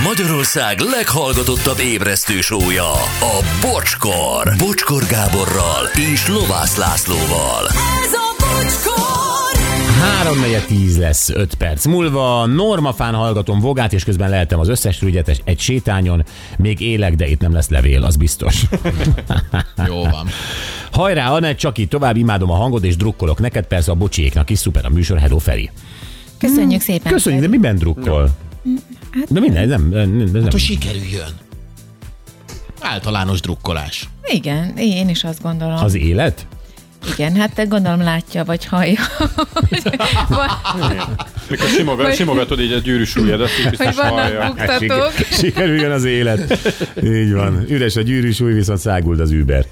Magyarország leghallgatottabb ébresztő show-ja, a Bocskor. Bocskor Gáborral és Lovász Lászlóval. Ez a Bocskor! 3:10 lesz 5 perc múlva. Normafán hallgatom Vogát, és közben lehetem az összes rügyet egy sétányon. Még élek, de itt nem lesz levél, az biztos. Jó van. Hajrá, Anett, csak így tovább, imádom a hangod, és drukkolok neked, persze a bocsiéknak is, szuper a műsor, hello Feri. Köszönjük szépen. Köszönjük, de miben drukkol? De minden, nem. Hát, hogy sikerüljön. Általános drukkolás. Igen, én is azt gondolom. Az élet? Igen, hát te gondolom látja, vagy hallja. Mikor simogatod így a gyűrűs ujjadat, így biztos Hogy vannak hallja. buktatók. Sikerüljön az élet. Így van. Üres a gyűrűs új, viszont száguld az Uber.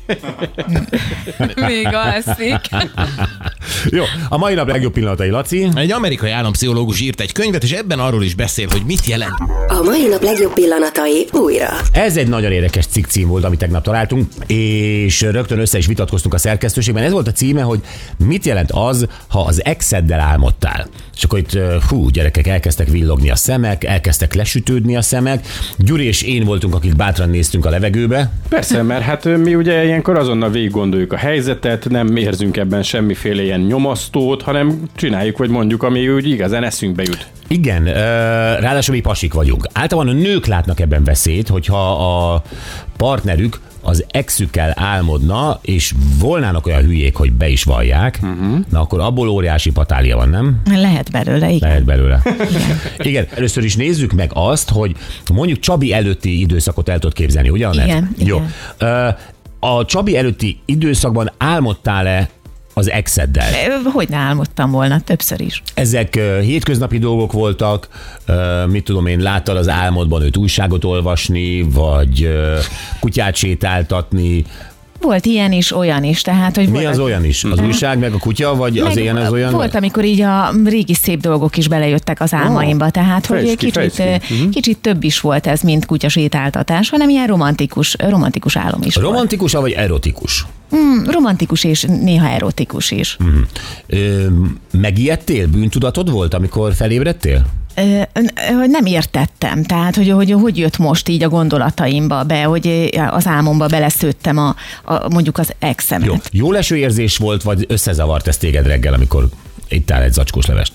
Még alszik. Jó, a mai nap legjobb pillanatai, Laci. Egy amerikai állampszichológus írt egy könyvet, és ebben arról is beszél, hogy mit jelent. A mai nap legjobb pillanatai újra. Ez egy nagyon érdekes cikkcím volt, amit tegnap találtunk, és rögtön össze is vitatkoztunk a szerkesztőségben. Ez volt a címe, hogy mit jelent az, ha az exeddel álmodtál. És akkor itt, gyerekek, elkezdtek villogni a szemek, elkezdtek lesütődni a szemek. Gyuri és én voltunk, akik bátran néztünk a levegőbe. Persze, mert hát mi ugye ilyenkor azonnal végig gondoljuk a helyzetet, nem érzünk ebben semmiféle ilyen nyomasztót, hanem csináljuk, vagy mondjuk, ami úgy igazán eszünkbe jut. Igen, ráadásul mi pasik vagyunk. Általában a nők látnak ebben veszélyt, hogyha a partnerük az exükkel álmodna, és volnának olyan hülyék, hogy be is vallják, na akkor abból óriási patália van, nem? Lehet belőle, igen. Lehet belőle. Igen. Először is nézzük meg azt, hogy mondjuk Csabi előtti időszakot el tudod képzelni, ugye, Anett? Igen, Jó. igen. A Csabi előtti időszakban álmodtál-e az exeddel? Hogy ne álmodtam volna, többször is. Ezek hétköznapi dolgok voltak, mit tudom én, láttad az álmodban őt újságot olvasni, vagy kutyát sétáltatni. Volt ilyen is, olyan is, tehát, hogy Mi volt az olyan is? Az újság, meg a kutya, vagy az ilyen az olyan? Volt, amikor így a régi szép dolgok is belejöttek az álmaimba, tehát, hogy kicsit több is volt ez, mint kutyasétáltatás, hanem ilyen romantikus álom is volt. Romantikus, vagy erotikus? Romantikus és néha erotikus is. Megijedtél? Bűntudatod volt, amikor felébredtél? Nem értettem, tehát hogy jött most így a gondolataimba be, hogy az álmomba beleszőttem mondjuk az exemet. Jó leső érzés volt, vagy összezavart ez téged reggel, amikor ittál egy zacskós levest?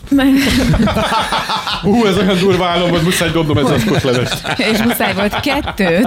Ez olyan durva álom, hogy muszáj dobnom egy zacskós levest. És muszáj volt 2.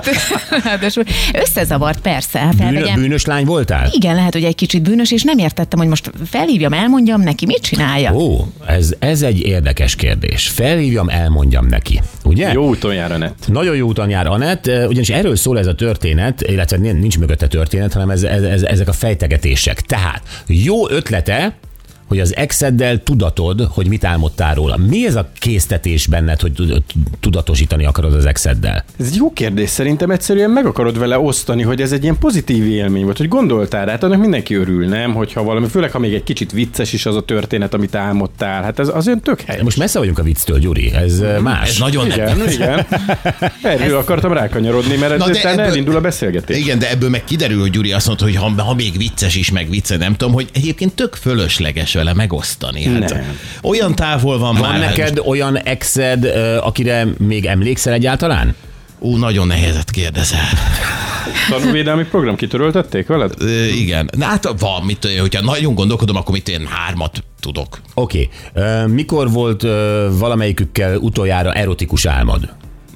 Összezavart, persze. Bűnös lány voltál? Igen, lehet, hogy egy kicsit bűnös, és nem értettem, hogy most felhívjam, elmondjam neki, mit csinálja. Ó, ez egy érdekes kérdés. Felhívjam, elmondjam neki, ugye? Jó úton jár, Anett. Nagyon jó úton jár, Anett, ugyanis erről szól ez a történet, illetve nincs mögötte történet, hanem ezek a fejtegetések. Tehát jó ötlete, hogy az exeddel tudatod, hogy mit álmodtál róla. Mi ez a késztetés benned, hogy tudatosítani akarod az exeddel? Ez egy jó kérdés, szerintem egyszerűen meg akarod vele osztani, hogy ez egy ilyen pozitív élmény volt, hogy gondoltál rá, hát annak mindenki örül, nem? Hogyha valami, főleg ha még egy kicsit vicces is az a történet, amit álmodtál, hát ez az olyan tök helyes. Most messze vagyunk a vicctől, Gyuri, ez más. Ez nagyon Igen. Erről akartam rákanyarodni, mert ezután elindul a beszélgetés. Igen, de ebből meg kiderül, hogy Gyuri azt mondta, hogy ha még vicces is, meg vicces, nem tudom, hogy egyébként tök fölösleges vele megosztani. Hát olyan távol van már. Van neked olyan exed, akire még emlékszel egyáltalán? Nagyon nehezet kérdezel. Tanúvédelmi program kitöröltették veled? Igen. Na hát van, hogyha nagyon gondolkodom, akkor én 3 tudok. Oké. Mikor volt valamelyikükkel utoljára erotikus álmod?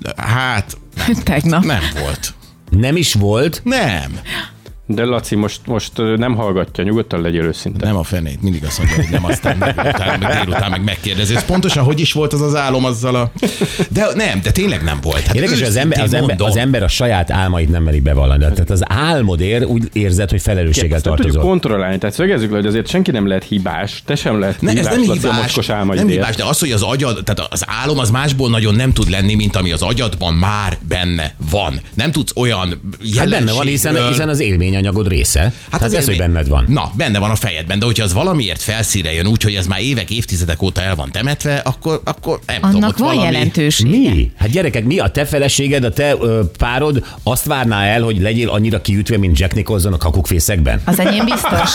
Hát Tegnap. nem volt. Nem is volt? Nem. De Laci, most nem hallgatja, nyugodtan legyél őszinte. Nem a fenét, mindig azt mondja, hogy nem, aztán délután meg megkérdezi. Ez pontosan hogy is volt az álom azzal a... De tényleg nem volt. Hát érdekes, az ember a saját álmait nem meri bevallani. Tehát az álmodért úgy érzed, hogy felelősséggel tartozol. Tudjuk kontrollálni, tehát szögezzük le, hogy azért senki nem lehet hibás, te sem lehet hibás, ez nem Laci, hibás, a mocskos álmaidért. nem hibás, de az, hogy az agyad, tehát az álom az másból nagyon nem tud lenni, mint ami az agyadban már benne van. Nem tudsz olyan Hát benne van, hiszen az élményanyagod része. Hát ez, hogy benned van. Na, benne van a fejedben, de hogyha az valamiért felszínre jön úgy, hogy ez már évtizedek óta el van temetve, akkor nem tudom, annak ott van valami... jelentősége. Mi? Hát gyerekek, mi a te feleséged, a te párod azt várná el, hogy legyél annyira kiütve, mint Jack Nicholson a kakukkfészekben? Az enyém biztos.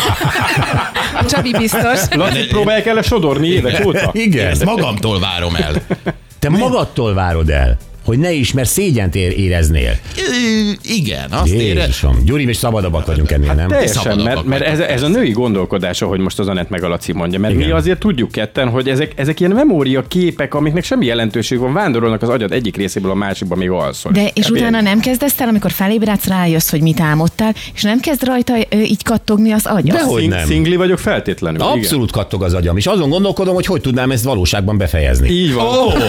A Csabi biztos. Laci, próbálják el sodorni évek óta? Igen. Ezt magamtól várom el. Te magadtól várod el. Hogy ne is, mert szégyent éreznél. Igen, azt Jézusom, Gyuri, és szabadabbak vagyunk ennél, nem? Teljesen, mert ez a női gondolkodás, ahogy most az Anett meg a Laci mondja. Mert igen. Mi azért tudjuk ketten, hogy ezek ilyen memória képek, amiknek semmi jelentőség van, vándorolnak az agyad egyik részéből a másikba, még alszol. De és utána nem kezdesz el, amikor felébredsz, rájössz, hogy mit álmodtál, és nem kezd rajta így kattogni az agyad. Dehogy nem. Szingli vagyok feltétlenül. Abszolút igen. Kattog az agyam, és azon gondolkodom, hogy tudnám ezt valóságban befejezni. Így van.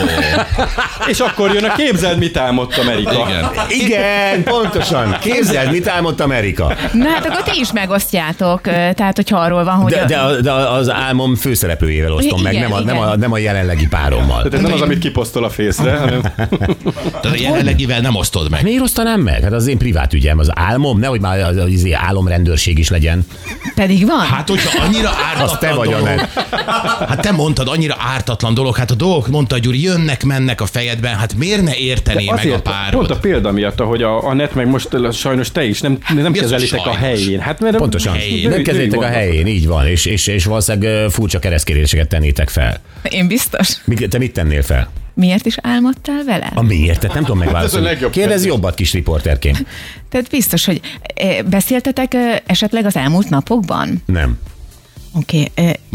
És akkor jön a képzeld, mit álmodt Amerika. Igen, pontosan. Képzeld, mit álmodt Amerika. Na hát akkor ti is megosztjátok, tehát hogyha arról van, hogy... De az álmom főszereplőjével osztom igen, meg, nem a jelenlegi párommal. Tehát ez nem az, amit kiposztol a fészre, hanem... Tehát a jelenlegivel nem osztod meg. Miért osztanám meg? Hát az én privát ügyem, az álmom, nehogy már az álomrendőrség is legyen. Pedig van. Hát, hogyha annyira ártatlan dolog. Hát te mondtad, annyira ártatlan dolog, hát a dolgok, mondta Gyuri, jönnek, mennek a fejedben, hát miért ne értené meg a párod? Pont a példa miatt, ahogy a Net meg most sajnos te is nem kezelitek sajnos a helyén. Hát, mert pontosan. Nem kezelitek a helyén, így van, és valószínűleg furcsa keresztkérdéseket tennétek fel. Én biztos. Te mit tennél fel? Miért is álmodtál vele? A miértet nem tudom megválaszolni. Kérdezz jobbat, kis riporterként. Tehát biztos, hogy beszéltetek esetleg az elmúlt napokban? Nem. Oké.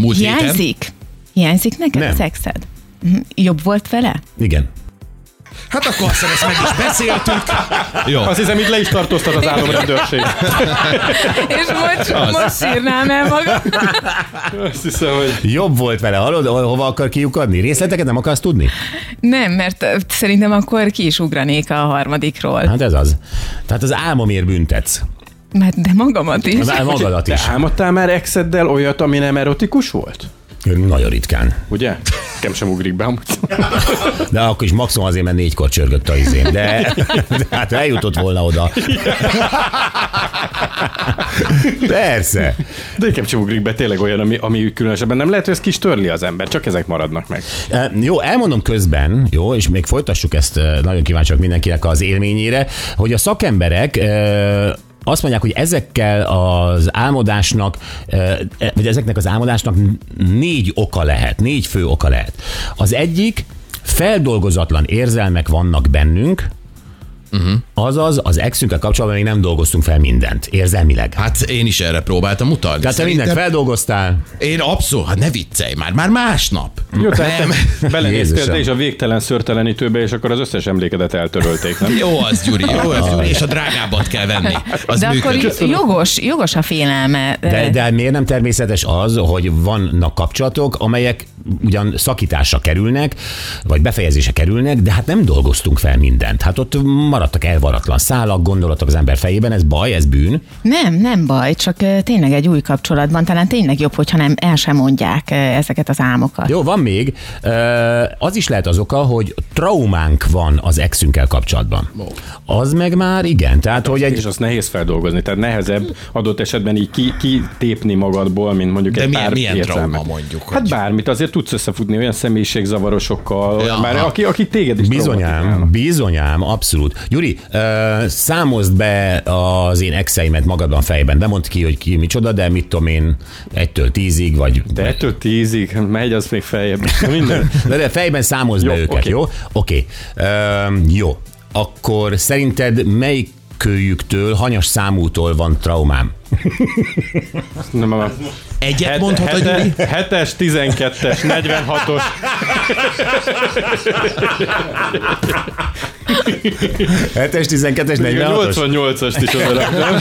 Hiányzik neked a szexed? Jobb volt vele? Igen. Hát akkor azt hiszem, ezt meg is beszéltük. Jó. Azt hiszem, itt le is tartóztat az álomrendőrség. És most sírnám el magam. Azt hiszem, hogy... Jobb volt vele, hallod? Hova akar kiukadni? Részleteket nem akarsz tudni? Nem, mert szerintem akkor ki is ugranék a harmadikról. Hát ez az. Tehát az álmomért büntetsz. De magamat is. Magadat is. Te álmodtál már exeddel olyat, ami nem erotikus volt? Nagyon ritkán. Ugye? Nekem sem ugrik be amúgy. De akkor is maximum azért, mert 4-kor csörgött a izén. De hát eljutott volna oda. Persze. De nekem sem ugrik be tényleg olyan, ami különösebben nem lehet, hogy ez kis törli az ember, csak ezek maradnak meg. Jó, elmondom közben, jó, és még folytassuk ezt, nagyon kíváncsiak mindenkinek az élményére, hogy a szakemberek azt mondják, hogy ezekkel az álmodásnak, vagy ezeknek az álmodásnak 4 oka lehet, 4 fő oka lehet. Az egyik, feldolgozatlan érzelmek vannak bennünk, azaz az exünkkel kapcsolatban még nem dolgoztunk fel mindent, érzelmileg. Hát én is erre próbáltam utalni. Tehát te mindent feldolgoztál? Én abszolút, hát ne viccelj már másnap. Jó, tehát belenéztél te is a végtelen szőrtelenítőbe, és akkor az összes emlékedet eltörölték, nem? Jó az, Gyuri, és a drágábbat kell venni. Az de működik. Akkor jogos a félelme. De miért nem természetes az, hogy vannak kapcsolatok, amelyek ugyan szakításra kerülnek, vagy befejezésre kerülnek, de hát nem dolgoztunk fel mindent. Hát ott maradtak elvaratlan szálak, gondolatok az ember fejében, ez baj, ez bűn? Nem baj, csak tényleg egy új kapcsolatban talán tényleg jobb, hogyha nem el sem mondják ezeket az álmokat. Jó, van még. Az is lehet az oka, hogy traumánk van az exünkkel kapcsolatban. Az meg már igen. Tehát, hogy és azt nehéz feldolgozni, tehát nehezebb adott esetben így kitépni magadból, mint mondjuk de egy pár milyen érzelmet. trauma mondjuk? Hát bármit, azért tudsz összefutni olyan személyiségzavarosokkal, már aki téged is Bizonyám, abszolút. Gyuri, számozd be az én exeimet magadban fejben. Nem mondd ki, hogy ki micsoda, de mit tudom én, 1-től 10-ig, vagy... De 1-től 10-ig, megy az még feljebb. Minden. De fejben számozd be őket, okay. Jó? Oké. Jó. Akkor szerinted melyik kölyüktől, hanyas számútól van traumám? Egyet mondhatod, Gyuri? 7-es, 12-es, 46-os. 7-es, 12-es, 46-os? 88-ast is odaraktam.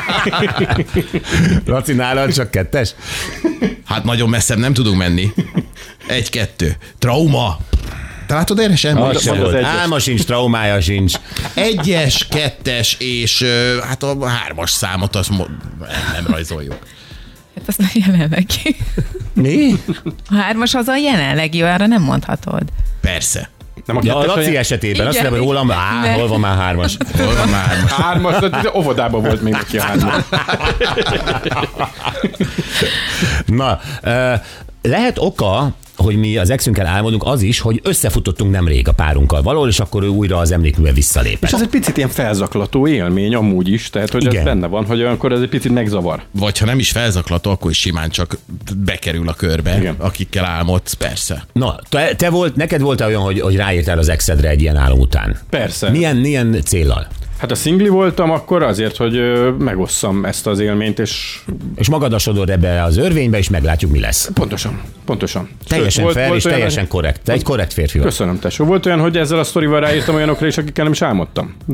Laci, nálad csak 2-es? Hát nagyon messzebb nem tudunk menni. 1-2. Trauma. Te látod, erre sem? Álma sincs, traumája sincs. 1-es, 2-es és hát a 3-as számot azt nem rajzoljuk. Hát az a jelenlegi. Mi? A 3-as az a jelenlegi, arra nem mondhatod. Persze. Nem a Laci esetében, igen, azt hiszem, hogy rólam, hol van már 3-as? Hol van már 3-as? 3-as, óvodában volt még neki a 3-as. Na, lehet oka, hogy mi az exünkkel álmodunk, az is, hogy összefutottunk nemrég a párunkkal valahol, és akkor ő újra az emlékműbe visszalépett. És ez egy picit ilyen felzaklató élmény amúgy is, tehát hogy ez benne van, hogy olyankor ez egy picit megzavar. Vagy ha nem is felzaklató, akkor is simán csak bekerül a körbe, igen, akikkel álmodsz, persze. Na, neked volt olyan, hogy ráírtál az exedre egy ilyen álom után? Persze. Milyen céllal? Hát a szingli voltam akkor azért, hogy megosszam ezt az élményt, és magadasodod ebbe az örvénybe, és meglátjuk, mi lesz. Pontosan. Teljesen fair és teljesen korrekt. Te egy korrekt férfi vagy. Köszönöm, tesó. Volt olyan, hogy ezzel a sztorival ráírtam olyanokra is, akikkel nem is álmodtam. De...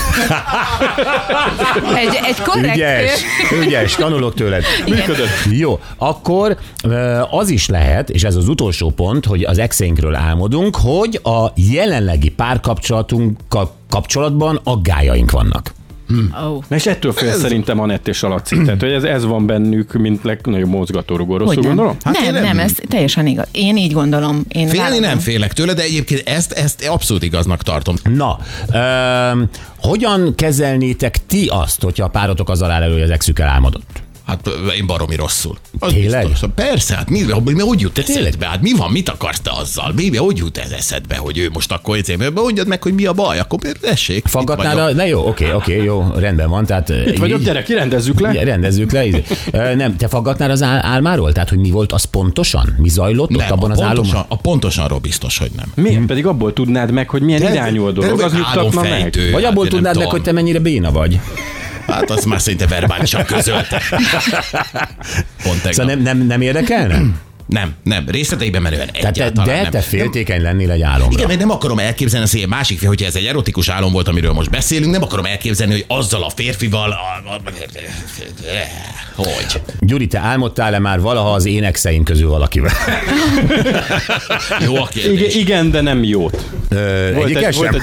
egy korrekt... Ügyes, tanulok tőled. Működött. Jó, akkor az is lehet, és ez az utolsó pont, hogy az exeinkről álmodunk, hogy a jelenlegi párkapcsolatunkkal kapcsolatban aggájaink vannak. Oh. És ettől fél szerintem Anett és a Laci. Tehát, hogy ez van bennük, mint legnagyobb mozgatórugó. Rosszul gondolom? Hát nem, ez teljesen igaz. Én így gondolom. Félni nem félek tőle, de egyébként ezt abszolút igaznak tartom. Na, hogyan kezelnétek ti azt, hogyha a párotok azzal áll elő, hogy az exükkel álmodott? Hát én baromi rosszul. Tényleg? Persze, hát mi hogy jut eszedbe? Hát mi van, mit akarsz te azzal? Hogy jut ez eszedbe, hogy ő most akkor mondjad meg, hogy mi a baj, akkor tessék. Faggatnál na jó, oké, jó, rendben van. Tehát, itt vagyok, gyerek, rendezzük le. Rendezzük le. Nem, te faggatnál az álmáról? Tehát, hogy mi volt az pontosan? Mi zajlott ott abban az álomban? Pontosanról biztos, hogy nem. Miért? Pedig abból tudnád meg, hogy milyen irányú a dolog, az nyugtatna meg. Vagy abból tudnád meg, hogy te mennyire béna vagy. Hát azt már szerintem verbálisan közölte. Szóval nem érdekelne? Nem, részleteiben menően egyáltalán de nem. Te féltékeny lennél egy álomra. Igen, mert nem akarom elképzelni azt, hogy egy másik fél, hogyha ez egy erotikus álom volt, amiről most beszélünk, nem akarom elképzelni, hogy azzal a férfival... Hogy? Gyuri, te álmodtál-e már valaha az én exeim közül valakivel? Jó a kérdés. Igen, de nem jót. Volt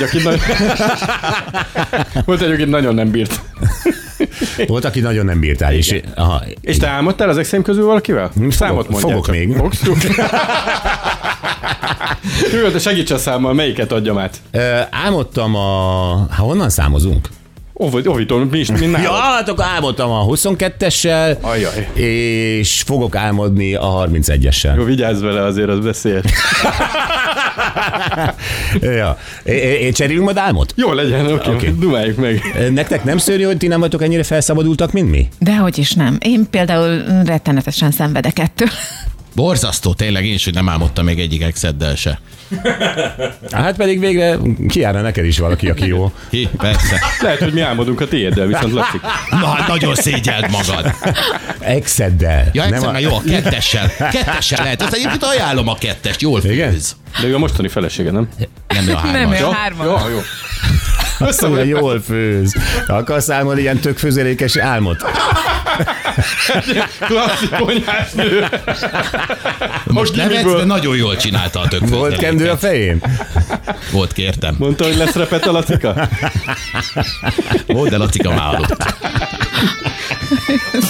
egy, aki nagyon nem bírt. Volt, aki nagyon nem bírtál. És te álmodtál az exeim közül valakivel? Számot mondjál. Fogok még. Hűl, te segíts a számmal, melyiket adjam át? Álmodtam honnan számozunk? Ovitól, mi is, mint nálad. Ja, hát akkor álmodtam a 22-essel, és fogok álmodni a 31-essel. Jó, vigyázz vele, azért az beszél. Ja. Cserélünk majd álmot? Jó legyen, oké. Dumáljuk meg. Nektek nem szörnyű, hogy ti nem vagytok ennyire felszabadultak, mint mi? Dehogy is nem. Én például rettenetesen szenvedek ettől. Borzasztó, tényleg én is, hogy nem álmodtam még egyik exeddel se. Hát pedig végre kijárna neked is valaki, aki jó. Persze. Lehet, hogy mi álmodunk a tiéddel, viszont Laci. Na hát nagyon szégyeld magad. Exeddel. Ja, exeddel, jó, a kettessel. Kettessel lehet. Ezt egyébként ajánlom a kettest, jól főz. De ő a mostani felesége, nem? Nem, a hármas. Nem, a hármas. Jó. Azt mondja, jól főz. Akarsz álmodni ilyen tök főzelékes álmot? Klasszik konyhás nő. Most nevetsz, de nagyon jól csinálta a tök főzeléket. Volt kendő a fején? Volt, kértem. Mondta, hogy lesz repet a Lacika? Volt, de Lacika már aludt.